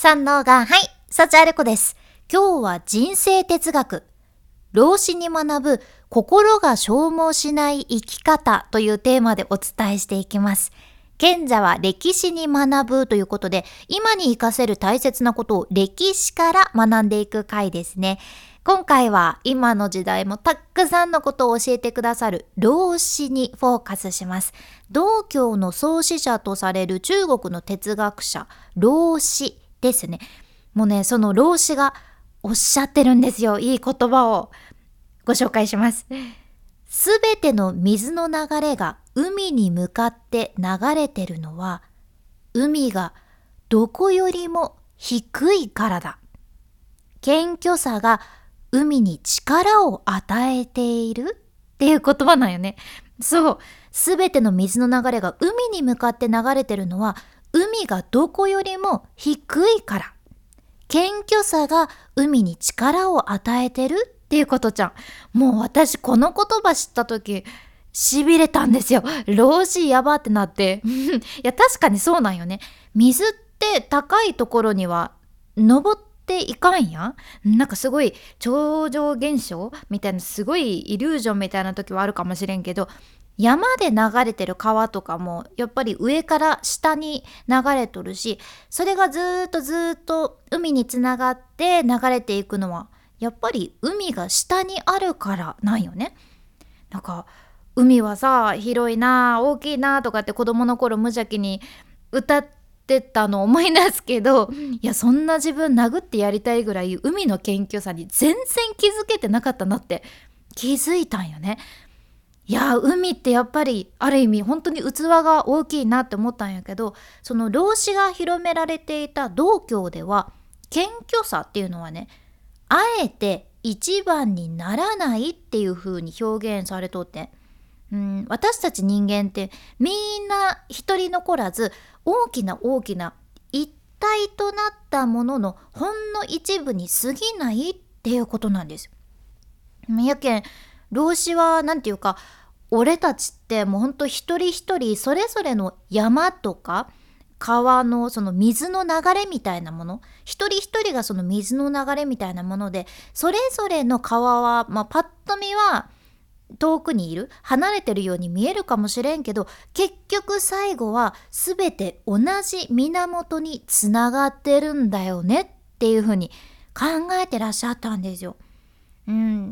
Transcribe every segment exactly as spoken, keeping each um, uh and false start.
三能がはい、幸あれ子です。今日は人生哲学、老子に学ぶ心が消耗しない生き方というテーマでお伝えしていきます。賢者は歴史に学ぶということで、今に生かせる大切なことを歴史から学んでいく回ですね。今回は今の時代もたくさんのことを教えてくださる老子にフォーカスします。道教の創始者とされる中国の哲学者、老子ですね。もうね、その老子がおっしゃってるんですよ。いい言葉をご紹介します。すべての水の流れが海に向かって流れてるのは、海がどこよりも低いからだ。謙虚さが海に力を与えているっていう言葉なんよね。そう、すべての水の流れが海に向かって流れてるのは、海がどこよりも低いから。謙虚さが海に力を与えてるっていうことじゃん。もう私この言葉知った時痺れたんですよ。老子やばってなっていや確かにそうなんよね。水って高いところには登っていかんやん。なんかすごい超常現象みたいな、すごいイリュージョンみたいな時はあるかもしれんけど、山で流れてる川とかもやっぱり上から下に流れとるし、それがずーっとずーっと海につながって流れていくのはやっぱり海が下にあるからなんよね。なんか海はさ、広いな大きいなとかって子供の頃無邪気に歌ってたのを思い出すけど、いやそんな自分殴ってやりたいぐらい海の謙虚さに全然気づけてなかったなって気づいたんよね。いや海ってやっぱりある意味本当に器が大きいなって思ったんやけど、その老子が広められていた道教では謙虚さっていうのはね、あえて一番にならないっていう風に表現されとって、うん、私たち人間ってみんな一人残らず大きな大きな一体となったもののほんの一部に過ぎないっていうことなんです。やけん老子はなんていうか、俺たちってもうほんと一人一人それぞれの山とか川のその水の流れみたいなもの、一人一人がその水の流れみたいなもので、それぞれの川は、まあ、パッと見は遠くにいる離れてるように見えるかもしれんけど、結局最後は全て同じ源につながってるんだよねっていうふうに考えてらっしゃったんですよ。うん、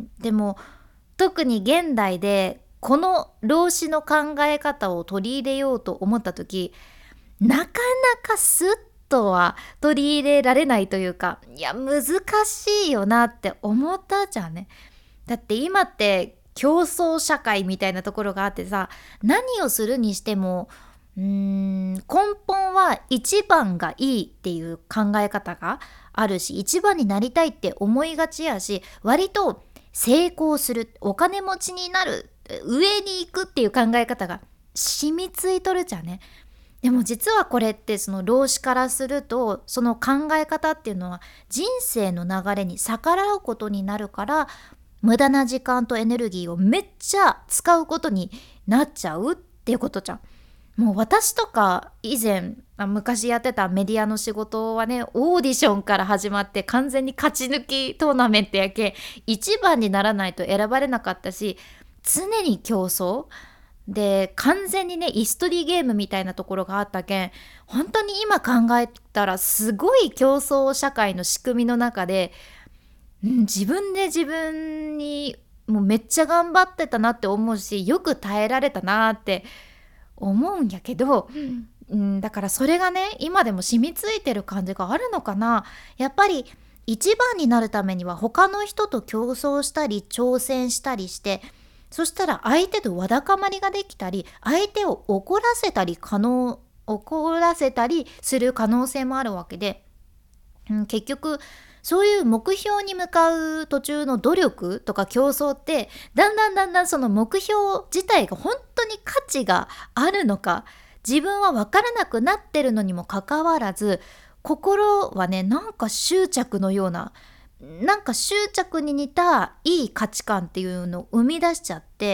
でも特に現代でこの老子の考え方を取り入れようと思った時、なかなかスッとは取り入れられないというか、いや難しいよなって思ったじゃんね。だって今って競争社会みたいなところがあってさ、何をするにしてもうーん根本は一番がいいっていう考え方があるし、一番になりたいって思いがちやし、割と成功する、お金持ちになる、上に行くっていう考え方が染みついとるじゃんね。でも実はこれってその老子からすると、その考え方っていうのは人生の流れに逆らうことになるから、無駄な時間とエネルギーをめっちゃ使うことになっちゃうっていうことじゃん。もう私とか以前昔やってたメディアの仕事はね、オーディションから始まって完全に勝ち抜きトーナメントやけん一番にならないと選ばれなかったし、常に競争で完全にね椅子取りゲームみたいなところがあったけん、本当に今考えたらすごい競争社会の仕組みの中で、うん、自分で自分にもうめっちゃ頑張ってたなって思うし、よく耐えられたなって思うんやけど、うん、だからそれがね今でも染みついてる感じがあるのかな。やっぱり一番になるためには他の人と競争したり挑戦したりして、そしたら相手とわだかまりができたり、相手を怒らせたり可能怒らせたりする可能性もあるわけで、うん、結局そういう目標に向かう途中の努力とか競争って、だんだんだんだんその目標自体が本当に価値があるのか、自分は分からなくなってるのにもかかわらず、心はねなんか執着のような、なんか執着に似たいい価値観っていうのを生み出しちゃって、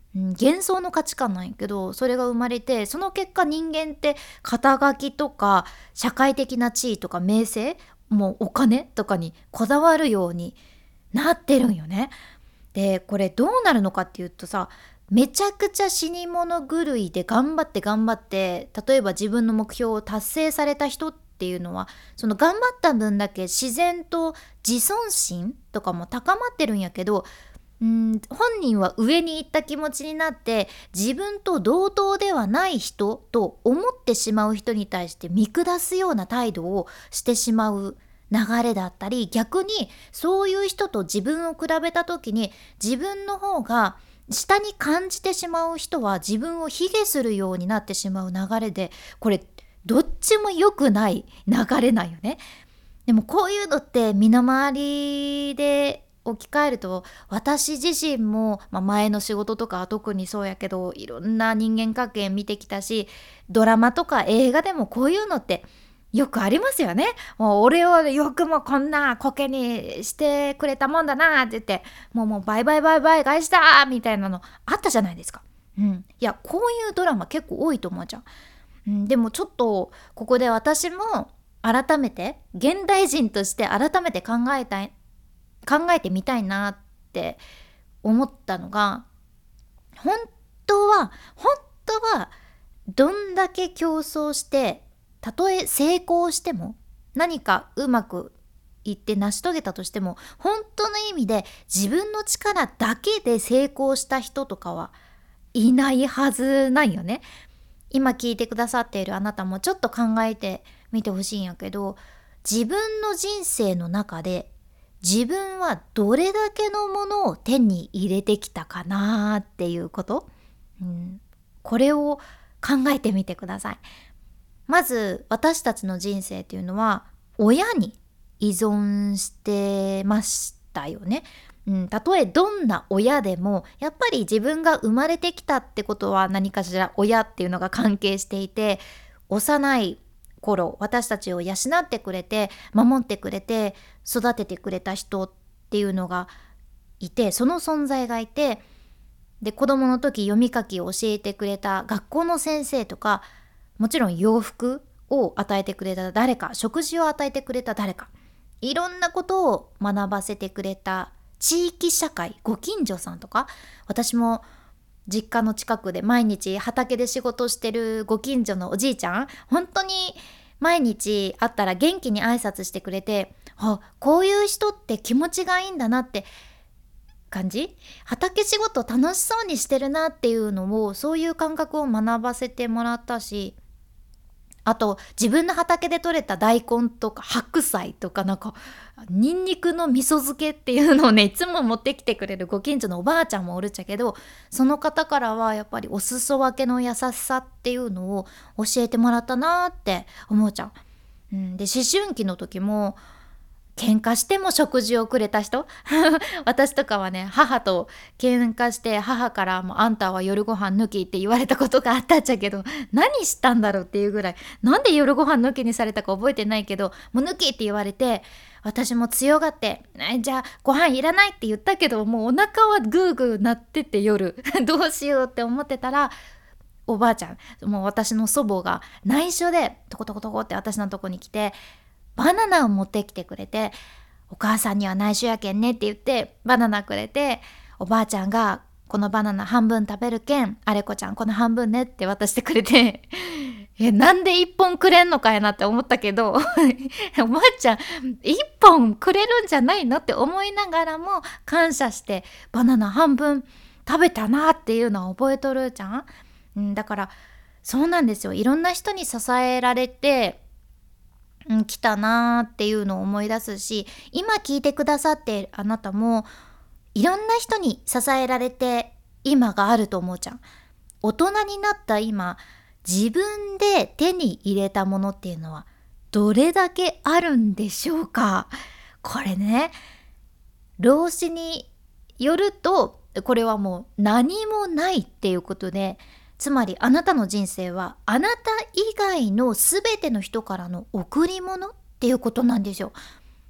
うん、幻想の価値観なんやけど、それが生まれて、その結果人間って肩書きとか社会的な地位とか名声、もうお金とかにこだわるようになってるんよね。でこれどうなるのかっていうとさ、めちゃくちゃ死に物狂いで頑張って頑張って、例えば自分の目標を達成された人っていうのは、その頑張った分だけ自然と自尊心とかも高まってるんやけど、うん本人は上に行った気持ちになって、自分と同等ではない人と思ってしまう人に対して見下すような態度をしてしまう流れだったり、逆にそういう人と自分を比べた時に自分の方が下に感じてしまう人は自分を卑下するようになってしまう流れで、これどっちも良くない流れなんよね。でもこういうのって身の回りで置き換えると、私自身も、まあ、前の仕事とかは特にそうやけど、いろんな人間関係見てきたし、ドラマとか映画でもこういうのってよくありますよね。もう俺をよくもこんなコケにしてくれたもんだなって言って、もうもうバイバイバイバイ返したみたいなのあったじゃないですか。うん、いやこういうドラマ結構多いと思うじゃん。うん、でもちょっとここで私も改めて現代人として改めて考えたい考えてみたいなって思ったのが、本当は本当はどんだけ競争して、たとえ成功しても、何かうまくいって成し遂げたとしても、本当の意味で自分の力だけで成功した人とかはいないはずないよね。今聞いてくださっているあなたもちょっと考えてみてほしいんやけど、自分の人生の中で自分はどれだけのものを手に入れてきたかなっていうこと、うん、これを考えてみてください。まず私たちの人生っていうのは親に依存してましたよね。うん、たとえどんな親でもやっぱり自分が生まれてきたってことは何かしら親っていうのが関係していて、幼い頃私たちを養ってくれて守ってくれて育ててくれた人っていうのがいて、その存在がいて、で子供の時読み書きを教えてくれた学校の先生とか、もちろん洋服を与えてくれた誰か、食事を与えてくれた誰か、いろんなことを学ばせてくれた地域社会、ご近所さんとか、私も実家の近くで毎日畑で仕事してるご近所のおじいちゃん、本当に毎日会ったら元気に挨拶してくれて、あ、こういう人って気持ちがいいんだなって感じ、畑仕事楽しそうにしてるなっていうのを、そういう感覚を学ばせてもらったし、あと自分の畑で採れた大根とか白菜とか、なんかニンニクの味噌漬けっていうのをね、いつも持ってきてくれるご近所のおばあちゃんもおるっちゃけど、その方からはやっぱりお裾分けの優しさっていうのを教えてもらったなって思うじゃん。うん、で思春期の時も喧嘩しても食事をくれた人私とかはね、母と喧嘩して母からもうあんたは夜ご飯抜きって言われたことがあったっちゃけど、何したんだろうっていうぐらい、なんで夜ご飯抜きにされたか覚えてないけど、もう抜きって言われて、私も強がってじゃあご飯いらないって言ったけど、もうお腹はグーグー鳴ってて夜どうしようって思ってたら、おばあちゃん、もう私の祖母が内緒でトコトコトコって私のとこに来てバナナを持ってきてくれて、お母さんには内緒やけんねって言ってバナナくれて、おばあちゃんがこのバナナ半分食べるけんあれこちゃんこの半分ねって渡してくれてえなんで一本くれんのかやなって思ったけどおばあちゃん一本くれるんじゃないのって思いながらも感謝してバナナ半分食べたなっていうのは覚えとるじゃん、うん、だからそうなんですよ。いろんな人に支えられてうん、来たなーっていうのを思い出すし、今聞いてくださっているあなたもいろんな人に支えられて今があると思うじゃん。大人になった今、自分で手に入れたものっていうのはどれだけあるんでしょうか。これね、老子によるとこれはもう何もないっていうことで、つまりあなたの人生はあなた以外のすべての人からの贈り物っていうことなんですよ。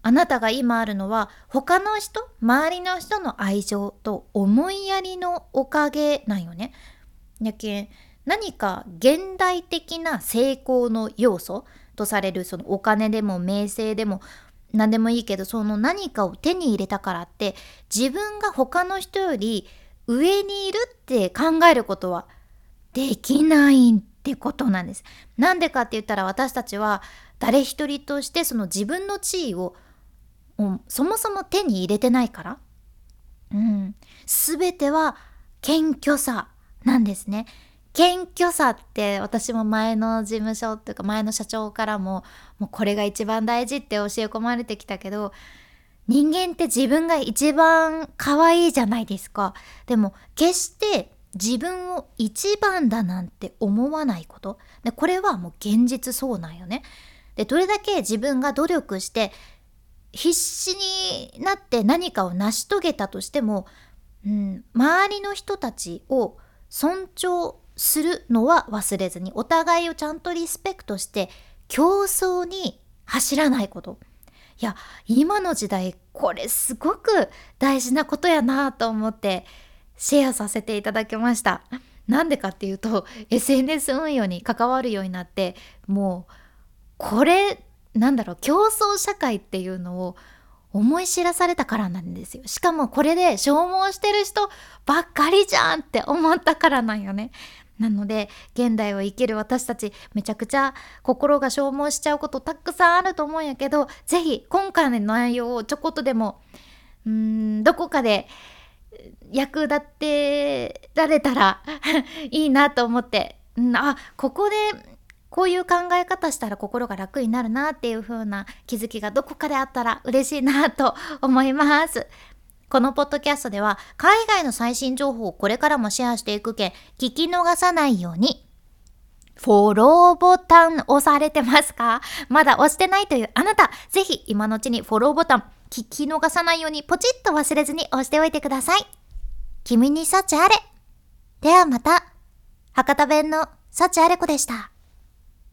あなたが今あるのは他の人、周りの人の愛情と思いやりのおかげなんよね。やけん何か現代的な成功の要素とされるそのお金でも名声でも何でもいいけど、その何かを手に入れたからって自分が他の人より上にいるって考えることはできないってことなんです。なんでかって言ったら、私たちは誰一人としてその自分の地位をもうそもそも手に入れてないから。うん。すべては謙虚さなんですね。謙虚さって私も前の事務所っていうか前の社長からももうこれが一番大事って教え込まれてきたけど、人間って自分が一番可愛いじゃないですか。でも決して自分を一番だなんて思わないこと。で、これはもう現実そうなんよね。で、どれだけ自分が努力して必死になって何かを成し遂げたとしても、うん、周りの人たちを尊重するのは忘れずに、お互いをちゃんとリスペクトして競争に走らないこと。いや、今の時代これすごく大事なことやなと思ってシェアさせていただきました。なんでかっていうと エスエヌエス 運用に関わるようになって、もうこれなんだろう、競争社会っていうのを思い知らされたからなんですよ。しかもこれで消耗してる人ばっかりじゃんって思ったからなんよね。なので現代を生きる私たち、めちゃくちゃ心が消耗しちゃうことたくさんあると思うんやけど、ぜひ今回の内容をちょこっとでもうーんどこかで役立てられたらいいなと思って、うん、あ、ここでこういう考え方したら心が楽になるなっていう風な気づきがどこかであったら嬉しいなと思います。このポッドキャストでは海外の最新情報をこれからもシェアしていくけん、聞き逃さないようにフォローボタン押されてますか？まだ押してないというあなた、ぜひ今のうちにフォローボタン聞き逃さないようにポチッと忘れずに押しておいてください。君に幸あれ。ではまた。博多弁の幸あれ子でした。